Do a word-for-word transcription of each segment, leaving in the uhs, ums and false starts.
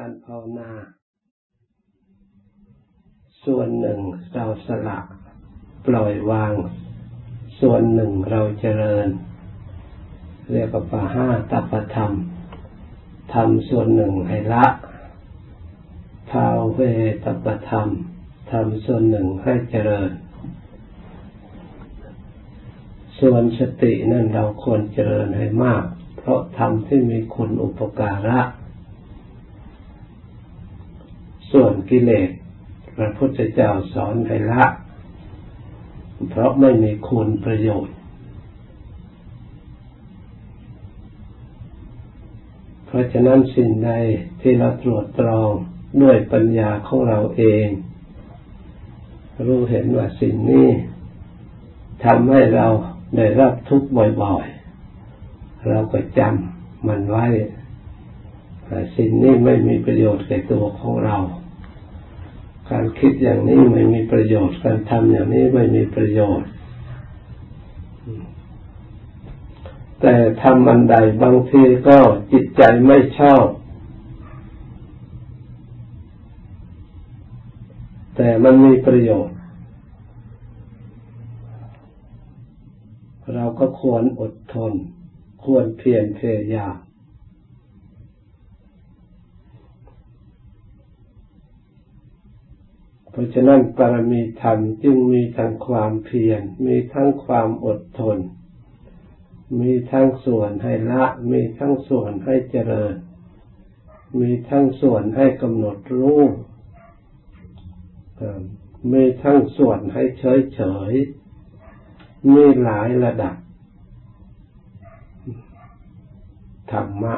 การภาวนาส่วนหนึ่งเราสละปล่อยวางส่วนหนึ่งเราเจริญเรียกว่าปะห้าตัปธรรมทำส่วนหนึ่งให้ละภาเวตัปธรรมทำส่วนหนึ่งให้เจริญส่วนสตินั่นเราควรเจริญให้มากเพราะธรรมที่มีคุณอุปการะส่วนกิเลสพระพุทธเจ้าสอนให้ละเพราะไม่มีคุณประโยชน์เพราะฉะนั้นสิ่งใดที่เราตรวจตรองด้วยปัญญาของเราเองรู้เห็นว่าสิ่งนี้ทำให้เราได้รับทุกข์บ่อยๆเราก็จำมันไว้สิ่งนี้ไม่มีประโยชน์แก่ตัวของเราการคิดอย่างนี้ไม่มีประโยชน์การทำอย่างนี้ไม่มีประโยชน์แต่ทำอันใดบางทีก็จิตใจไม่ชอบแต่มันมีประโยชน์เราก็ควรอดทนควรเพียรพยายามเพราะฉะนั้นปรมีธรรมจึงมีทั้งความเพียรมีทั้งความอดทนมีทั้งส่วนให้ละมีทั้งส่วนให้เจริญมีทั้งส่วนให้กำหนดรู้มีทั้งส่วนให้เฉยเฉยมีหลายระดับธรรมะ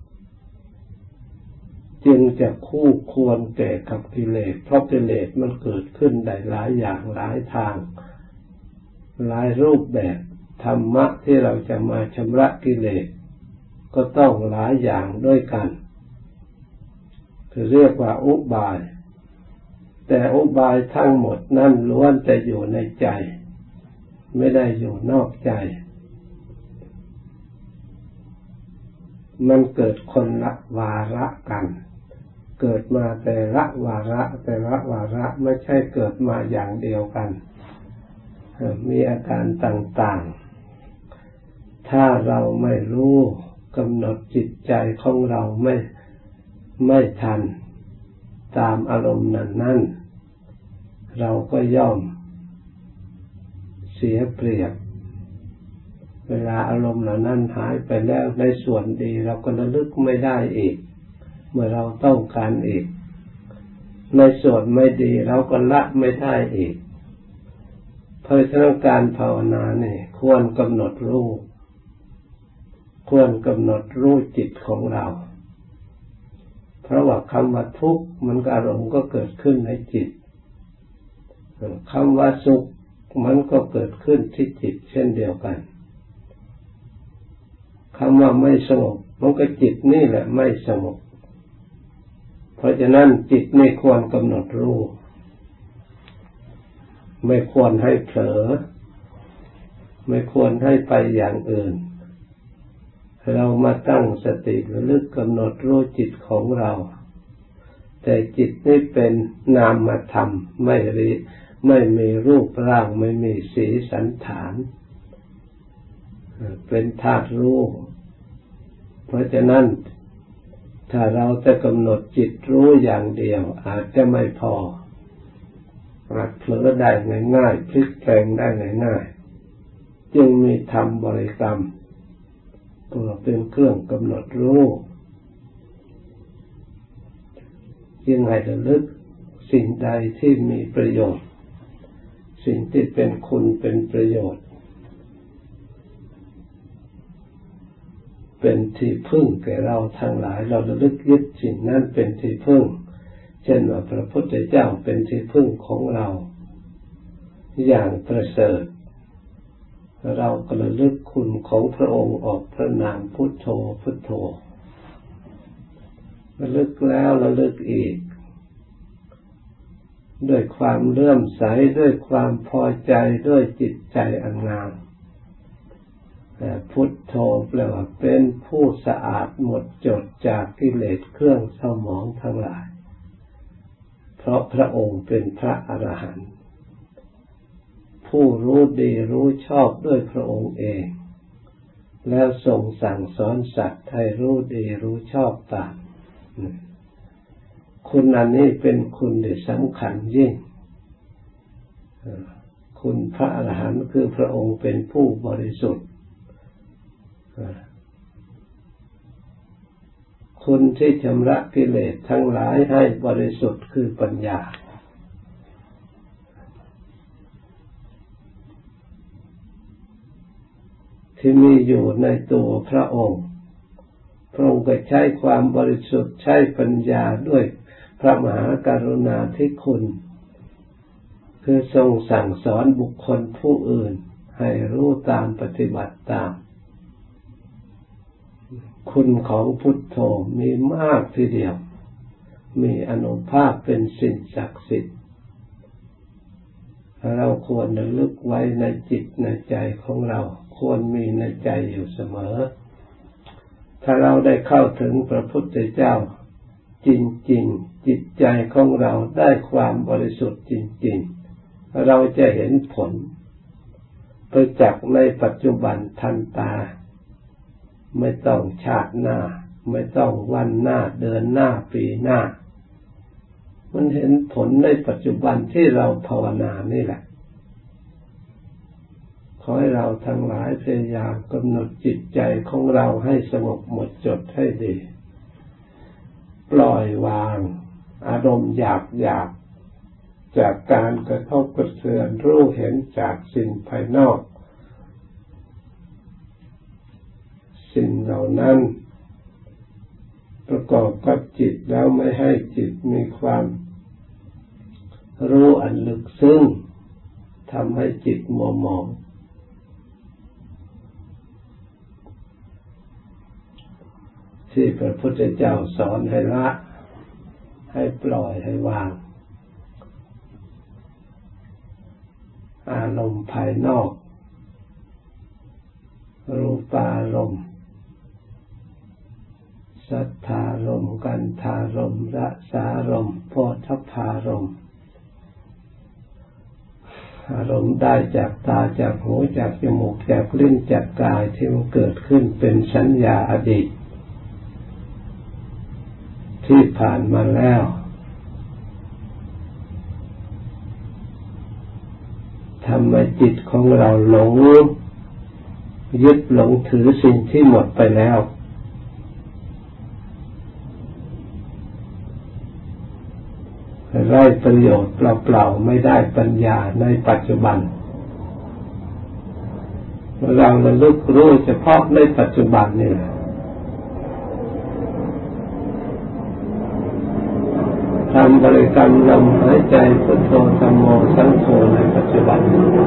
จึงจะคู่ควรแก่กับกิเลสเพราะกิเลสมันเกิดขึ้นได้หลายอย่างหลายทางหลายรูปแบบธรรมะที่เราจะมาชำระกิเลสก็ต้องหลายอย่างด้วยกันคือเรียกว่าอุบายแต่อุบายทั้งหมดนั้นล้วนแต่อยู่ในใจไม่ได้อยู่นอกใจมันเกิดคนละวาระกันเกิดมาแต่ละวาระแต่ละวาระไม่ใช่เกิดมาอย่างเดียวกันมีอาการต่างๆถ้าเราไม่รู้กำหนดจิตใจของเราไม่ไม่ทันตามอารมณ์นั้นๆเราก็ย่อมเสียเปรียบเวลาอารมณ์เหล่านั้นหายไปแล้วในส่วนดีเราก็ระลึกไม่ได้อีกเมื่อเราต้องการอีกในส่วนไม่ดีเราก็ละไม่ได้อีกเพราะฉะนั้นการภาวนาเนี่ยควรกำหนดรู้ควรกำหนดรู้จิตของเราเพราะว่าคำว่าทุกข์มันอารมณ์ก็เกิดขึ้นในจิตคำว่าสุขมันก็เกิดขึ้นที่จิตเช่นเดียวกันคำว่าไม่สงบมันก็จิตนี่แหละไม่สงบเพราะฉะนั้นจิตไม่ควรกำหนดรู้ไม่ควรให้เผลอไม่ควรให้ไปอย่างอื่นเรามาตั้งสติระลึกกำหนดรู้จิตของเราแต่จิตนี่เป็นนามธรรมไม่รีไม่มีรูปร่างไม่มีสีสันฐานเป็นธาตุรู้เพราะฉะนั้นถ้าเราจะกำหนดจิตรู้อย่างเดียวอาจจะไม่พออาจเผลอได้ง่ายๆพลิกแปลงได้ง่ายๆจึงมีธรรมบริกรรมตัวเป็นเครื่องกำหนดรู้จึงให้ระลึกสิ่งใดที่มีประโยชน์สิ่งที่เป็นคุณเป็นประโยชน์เป็นที่พึ่งแก่เราทั้งหลายเราระลึกยึดสิ่งนั้นเป็นที่พึ่งเช่นว่าพระพุทธเจ้าเป็นที่พึ่งของเราอย่างประเสริฐเราก็ระลึกคุณของพระองค์ออกพระนามพุทโธพุทโธระลึกแล้วระลึกอีกด้วยความเลื่อมใสด้วยความพอใจด้วยจิตใจอันงามพุทโธแปลว่าเป็นผู้สะอาดหมดจดจากกิเลสเครื่องเศร้าหมองทั้งหลายเพราะพระองค์เป็นพระอรหันต์ผู้รู้ดีรู้ชอบด้วยพระองค์เองแล้วทรงสั่งสอนสัตว์ให้รู้ดีรู้ชอบตามคุณอันนี้เป็นคุณที่สำคัญยิ่งคุณพระอรหันต์คือพระองค์เป็นผู้บริสุทธิ์คุณที่ชำระกิเลสทั้งหลายให้บริสุทธิ์คือปัญญาที่มีอยู่ในตัวพระองค์พระองค์ก็ใช้ความบริสุทธิ์ใช้ปัญญาด้วยพระมหากรุณาธิคุณคือทรงสั่งสอนบุคคลผู้อื่นให้รู้ตามปฏิบัติตามคุณของพุทโธมีมากทีเดียวมีอานุภาพเป็นสิ่งศักดิ์สิทธิ์เราควรระลึกไว้ในจิตในใจของเราควรมีในใจอยู่เสมอถ้าเราได้เข้าถึงพระพุทธเจ้าจริงๆจิตใจของเราได้ความบริสุทธิ์จริงๆเราจะเห็นผลประจักษ์ในปัจจุบันทันตาไม่ต้องชาติหน้าไม่ต้องวันหน้าเดือนหน้าปีหน้ามันเห็นผลในปัจจุบันที่เราภาวนานี่แหละขอให้เราทั้งหลายพยายามกำหนดจิตใจของเราให้สงบหมดจดให้ดีปล่อยวางอารมณ์หยาบหยาบจากการกระทบกระเทือนรู้เห็นจากสิ่งภายนอกสิ่งเหล่านั้นประกอบกับจิตแล้วไม่ให้จิตมีความรู้อันลึกซึ้งทำให้จิตมัวหมองที่พระพุทธเจ้าสอนให้ละให้ปล่อยให้วางอารมณ์ภายนอกรูปารมณ์สัทธารมณ์กันธารมณ์รสารมณ์โผฏฐัพพารมณ์อารมณ์ได้จากตาจากหูจากจมูกจากลิ้นจากกายที่มันเกิดขึ้นเป็นสัญญาอดีตที่ผ่านมาแล้วทำให้จิตของเราหลงยึดหลงถือสิ่งที่หมดไปแล้วไร้ประโยชน์เปล่าๆไม่ได้ปัญญาในปัจจุบันเราระลึกรู้เฉพาะในปัจจุบันนี่แหละทำบริกรรมลมหายใจพุทโธธัมโมสังโฆในปัจจุบัน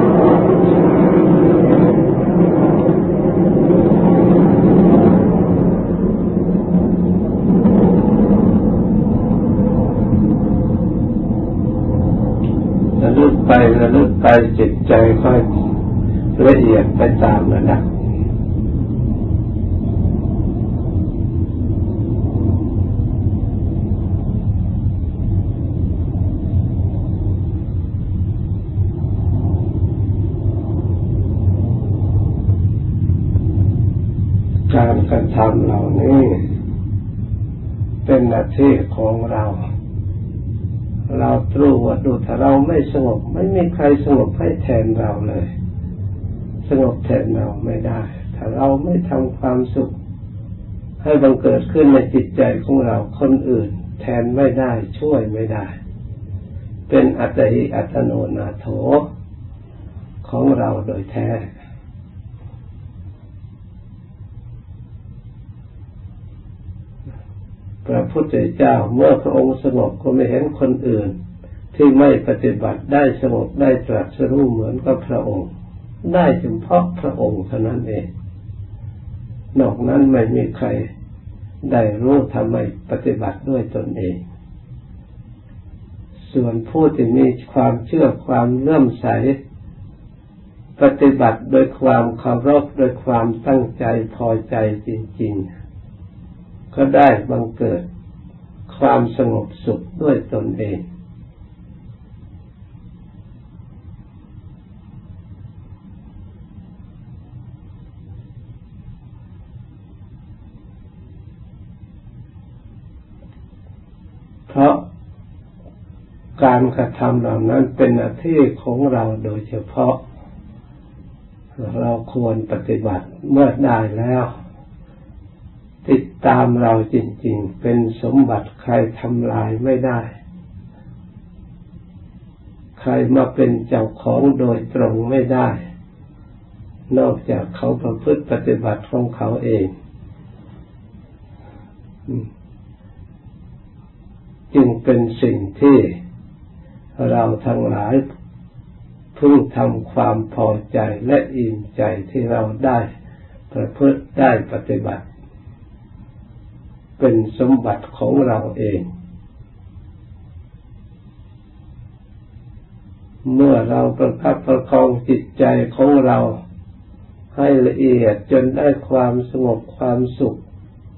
ระลึกไประลึกไปจิตใจค่อยละเอียดไปตามระดับการกระทำเหล่านี้เป็นหน้าที่ของเราเราตรู้ว่าดูถ้าเราไม่สงบไม่มีใครสงบให้แทนเราเลยสงบแทนเราไม่ได้ถ้าเราไม่ทำความสุขให้บังเกิดขึ้นในจิตใจของเราคนอื่นแทนไม่ได้ช่วยไม่ได้เป็นอัตถิอัตโนนาโถของเราโดยแท้พระพุทธเจ้าเมื่อพระองค์สงบก็ไม่เห็นคนอื่นที่ไม่ปฏิบัติได้สงบได้ตรัสรู้เหมือนกับพระองค์ได้เฉพาะพระองค์เท่านั้นเองนอกนั้นไม่มีใครได้รู้ทำไมปฏิบัติด้วยตนเองส่วนผู้ที่มีความเชื่อความเลื่อมใสปฏิบัติโดยความเคารพโดยความตั้งใจพอใจจริงๆก็ได้บังเกิดความสงบสุขด้วยตนเองเพราะการกระทำเหล่านั้นเป็นหน้าที่ของเราโดยเฉพาะเราควรปฏิบัติเมื่อได้แล้วติดตามเราจริงๆเป็นสมบัติใครทำลายไม่ได้ใครมาเป็นเจ้าของโดยตรงไม่ได้นอกจากเขาประพฤติปฏิบัติของเขาเองจึงเป็นสิ่งที่เราทั้งหลายพึงทำความพอใจและอิ่มใจที่เราได้ประพฤติได้ปฏิบัติเป็นสมบัติของเราเองเมื่อเราประคับประคองจิตใจของเราให้ละเอียดจนได้ความสงบความสุข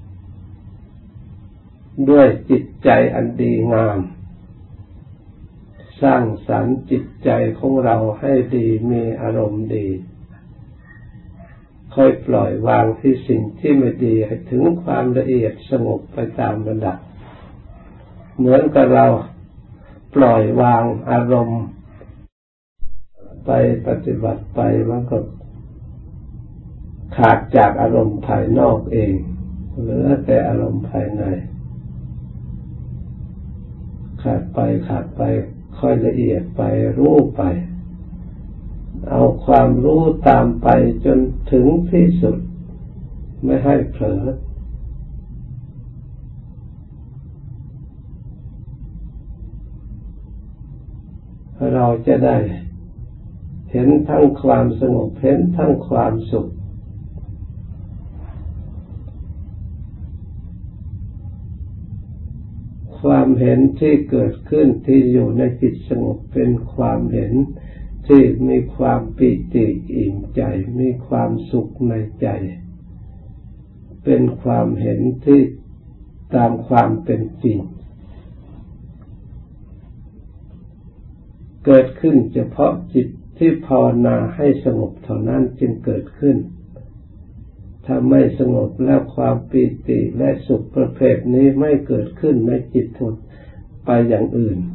ด้วยจิตใจอันดีงามสร้างสรรค์จิตใจของเราให้ดีมีอารมณ์ดีค่อยปล่อยวางที่สิ่งที่ไม่ดีให้ถึงความละเอียดสงบไปตามระดับเหมือนกับเราปล่อยวางอารมณ์ไปปฏิบัติไปมันก็ขาดจากอารมณ์ภายนอกเองเหลือแต่อารมณ์ภายในขาดไปขาดไปค่อยละเอียดไปรู้ไปเอาความรู้ตามไปจนถึงที่สุดไม่ให้เผลอเราจะได้เห็นทั้งความสงบเห็นทั้งความสุขความเห็นที่เกิดขึ้นที่อยู่ในจิตสงบเป็นความเห็นที่มีความปิติอิ่มใจมีความสุขในใจเป็นความเห็นที่ตามความเป็นจริงเกิดขึ้นเฉพาะจิตที่ภาวนาให้สงบเท่านั้นจึงเกิดขึ้นถ้าไม่สงบแล้วความปิติและสุขประเภทนี้ไม่เกิดขึ้นในจิตทนไปอย่างอื่น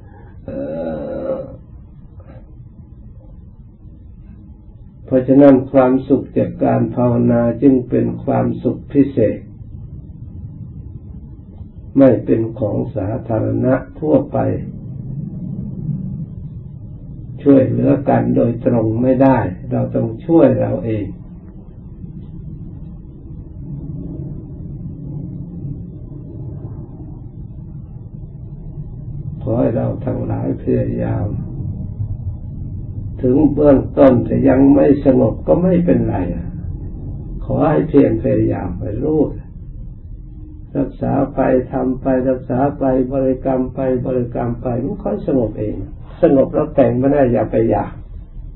เพราะฉะนั้นความสุขจากการภาวนาจึงเป็นความสุขพิเศษไม่เป็นของสาธารณะทั่วไปช่วยเหลือกันโดยตรงไม่ได้เราต้องช่วยเราเองขอให้เราทั้งหลายพยายามถึงเบื้องต้นแต่ยังไม่สงบก็ไม่เป็นไรขอให้เพียรพยายามไปรู้รักษาไปทำไปรักษาไปบริกรรมไปบริกรรมไปมันค่อยสงบเองสงบแล้วแต่งไม่ได้อย่าไปอยาก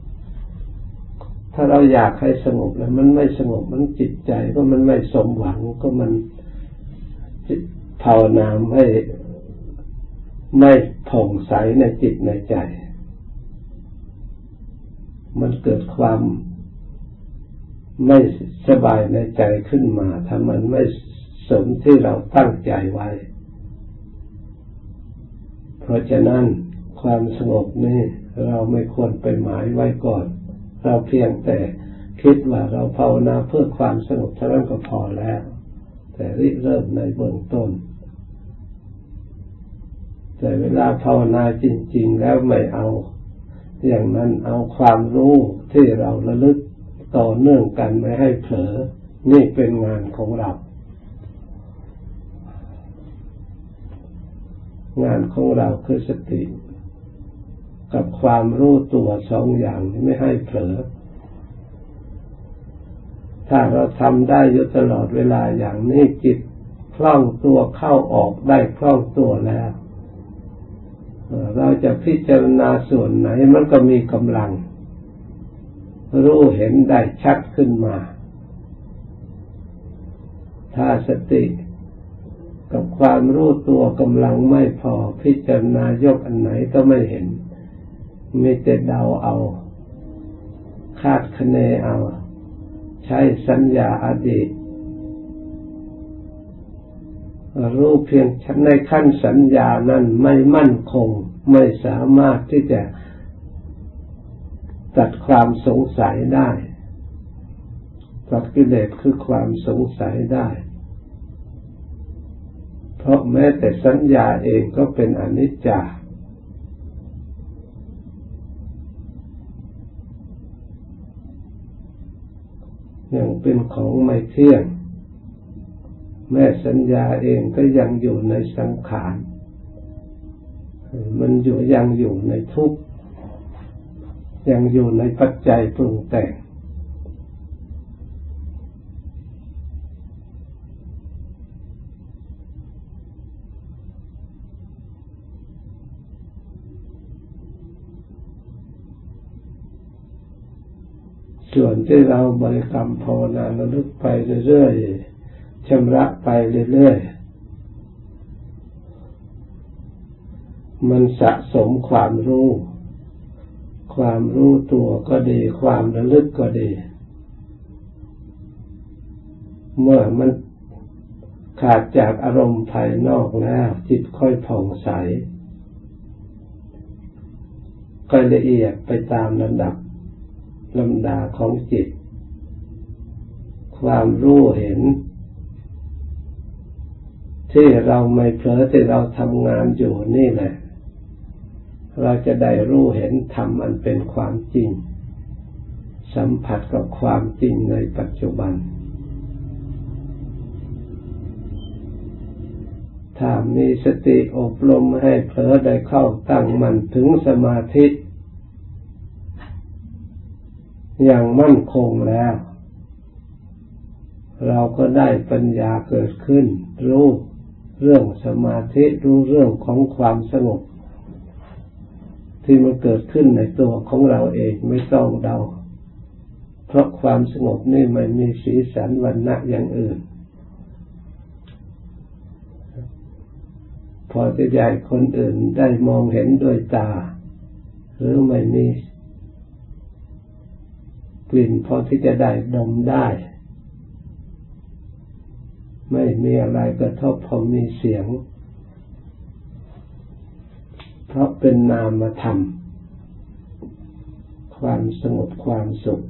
ถ้าเราอยากให้สงบแล้วมันไม่สงบมันจิตใจก็มันไม่สมหวังก็มันภาวนาไม่ไม่ผ่องใสในจิตในใจมันเกิดความไม่สบายในใจขึ้นมาถ้ามันไม่สมที่เราตั้งใจไว้เพราะฉะนั้นความสงบนี้เราไม่ควรไปหมายไว้ก่อนเราเพียงแต่คิดว่าเราภาวนาเพื่อความสงบเท่านั้นก็พอแล้วแต่ริเริ่มในเบื้องต้นแต่เวลาภาวนาจริงๆแล้วไม่เอาอย่างนั้นเอาความรู้ที่เราระลึกต่อเนื่องกันไม่ให้เผลอนี่เป็นงานของเรางานของเราคือสติกับความรู้ตัวสองอย่างไม่ให้เผลอถ้าเราทำได้อยู่ตลอดเวลาอย่างนี้จิตคล่องตัวเข้าออกได้คล่องตัวแล้วเราจะพิจารณาส่วนไหนมันก็มีกำลังรู้เห็นได้ชัดขึ้นมาถ้าสติกับความรู้ตัวกำลังไม่พอพิจารณายกอันไหนก็ไม่เห็นมีแต่เดาเอาคาดคะเนเอาใช้สัญญาอดีตรู้เพียงในขั้นสัญญานั้นไม่มั่นคงไม่สามารถที่จะตัดความสงสัยได้ตัดกิเลสคือความสงสัยได้เพราะแม้แต่สัญญาเองก็เป็นอนิจจายังเป็นของไม่เที่ยงแม้สัญญาเองก็ยังอยู่ในสังขารมันอยู่ยังอยู่ในทุกข์ยังอยู่ในปัจจัยปรุงแต่งส่วนที่เราบริกรรมภาวนาระลึกไปเรื่อยๆชำระไปเรื่อยๆมันสะสมความรู้ความรู้ตัวก็ดีความระลึกก็ดีเมื่อมันขาดจากอารมณ์ภายนอกแล้วจิตค่อยผ่องใสก็ละเอียดไปตามลำดับลำดาของจิตความรู้เห็นที่เราไม่เผลอที่เราทำงานอยู่นี่แหละเราจะได้รู้เห็นธรรมอันเป็นความจริงสัมผัสกับความจริงในปัจจุบันถ้ามีสติอบรมให้เผลอได้เข้าตั้งมั่นถึงสมาธิอย่างมั่นคงแล้วเราก็ได้ปัญญาเกิดขึ้นรู้เรื่องสมาธิรู้เรื่องของความสงบที่มันเกิดขึ้นในตัวของเราเองไม่ต้องเดาเพราะความสงบนี่ไม่มีสีสันวรรณะอย่างอื่นพอจะใหญ่คนอื่นได้มองเห็นด้วยตาหรือไม่มีกลิ่นพอที่จะได้ดมได้ไม่มีอะไรกระทบพอมีเสียงเพราะเป็นนามธรรมความสงบความสุข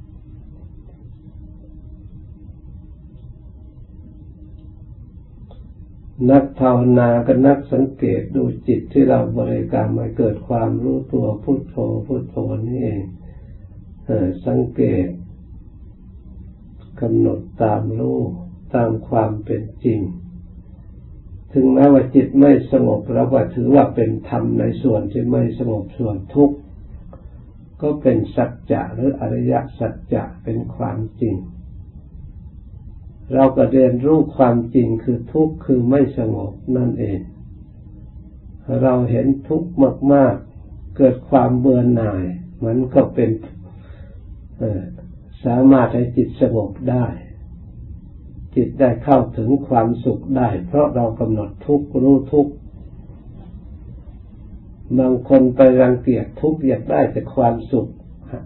นักภาวนาก็นักสังเกตดูจิตที่เราบริกรรมให้เกิดความรู้ตัวพุทโธพุทโธนี่เองสังเกตกำหนดตามรู้ตามความเป็นจริงถึงแม้ว่าจิตไม่สงบเราก็ถือว่าเป็นธรรมในส่วนที่ไม่สงบส่วนทุกข์ก็เป็นสัจจะหรืออริยสัจจะเป็นความจริงเราก็เรียนรู้ความจริงคือทุกข์คือไม่สงบนั่นเองเราเห็นทุกข์มากๆเกิดความเบื่อหน่ายมันก็เป็นสามารถให้จิตสงบได้จิตได้เข้าถึงความสุขได้เพราะเรากำหนดทุกข์รู้ทุกข์บางคนไปรังเกียจทุกข์อยากได้แต่ความสุข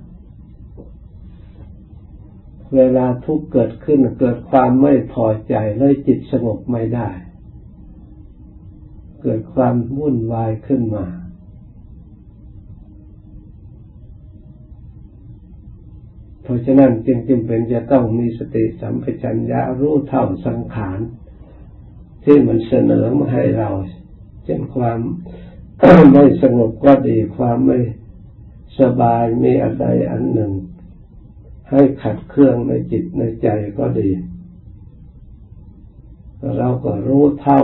เวลาทุกข์เกิดขึ้นเกิดความไม่พอใจเลยจิตสงบไม่ได้เกิดความวุ่นวายขึ้นมาเพราะฉะนั้นจึงจำเป็นจะต้องมีสติสัมปชัญญะรู้เท่าสังขารที่มันเสนอมาให้เราเช่นความ ไม่สงบก็ดีความไม่สบายมีอะไรอันหนึ่งให้ขัดเครื่องในจิตในใจก็ดีเราก็รู้เท่า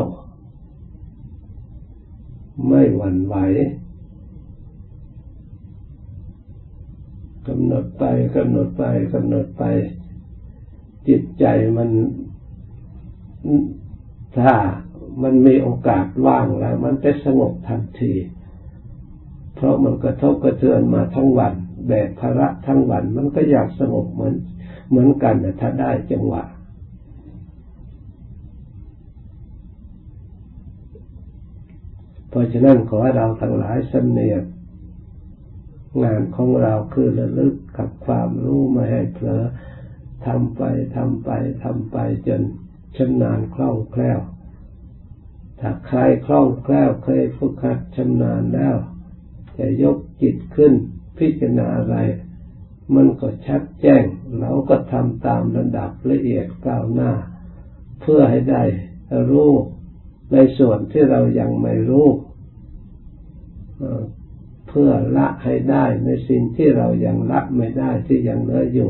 ไม่หวั่นไหวกำหนดไปกำหนดไปกำหนดไปจิตใจมันถ้ามันมีโอกาสว่างแล้วมันจะสงบทันทีเพราะมันกระทบกระเทือนมาทั้งวันแบกภาระทั้งวันมันก็อยากสงบเหมือนเหมือนกันแต่ถ้าได้จังหวะเพราะฉะนั้นขอให้เราทั้งหลายสำเนียกงานของเราคือระลึกกับความรู้ไม่ให้เผลอทำไปทำไปทำไปจนชำนาญคล่องแคล่วถ้าใครคล่องแคล่วเคยฝึกหัดชำนาญแล้วจะยกจิตขึ้นพิจารณาอะไรมันก็ชัดแจ้งเราก็ทำตามระดับละเอียดก้าวหน้าเพื่อให้ได้รู้ในส่วนที่เรายังไม่รู้เพื่อละให้ได้ในสิ่งที่เรายังละไม่ได้ที่ยังเหลืออยู่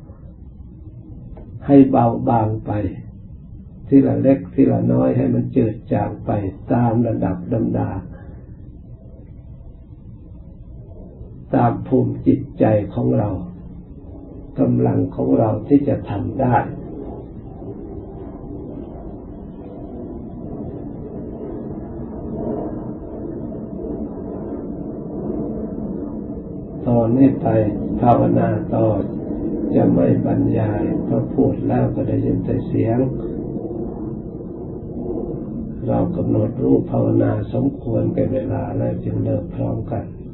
ให้เบาบางไปทีละเล็กทีละน้อยให้มันจืดจางไปตามระดับลำดับตามภูมิจิตใจของเรากำลังของเราที่จะทำได้ตอนนี้ไปภาวนาต่อจะไม่บรรยายเพราะพูดแล้วก็ได้ยินแต่เสียงเรากำหนดรูปภาวนาสมควรแก่เวลาแล้วจึงเลิกพร้อมกัน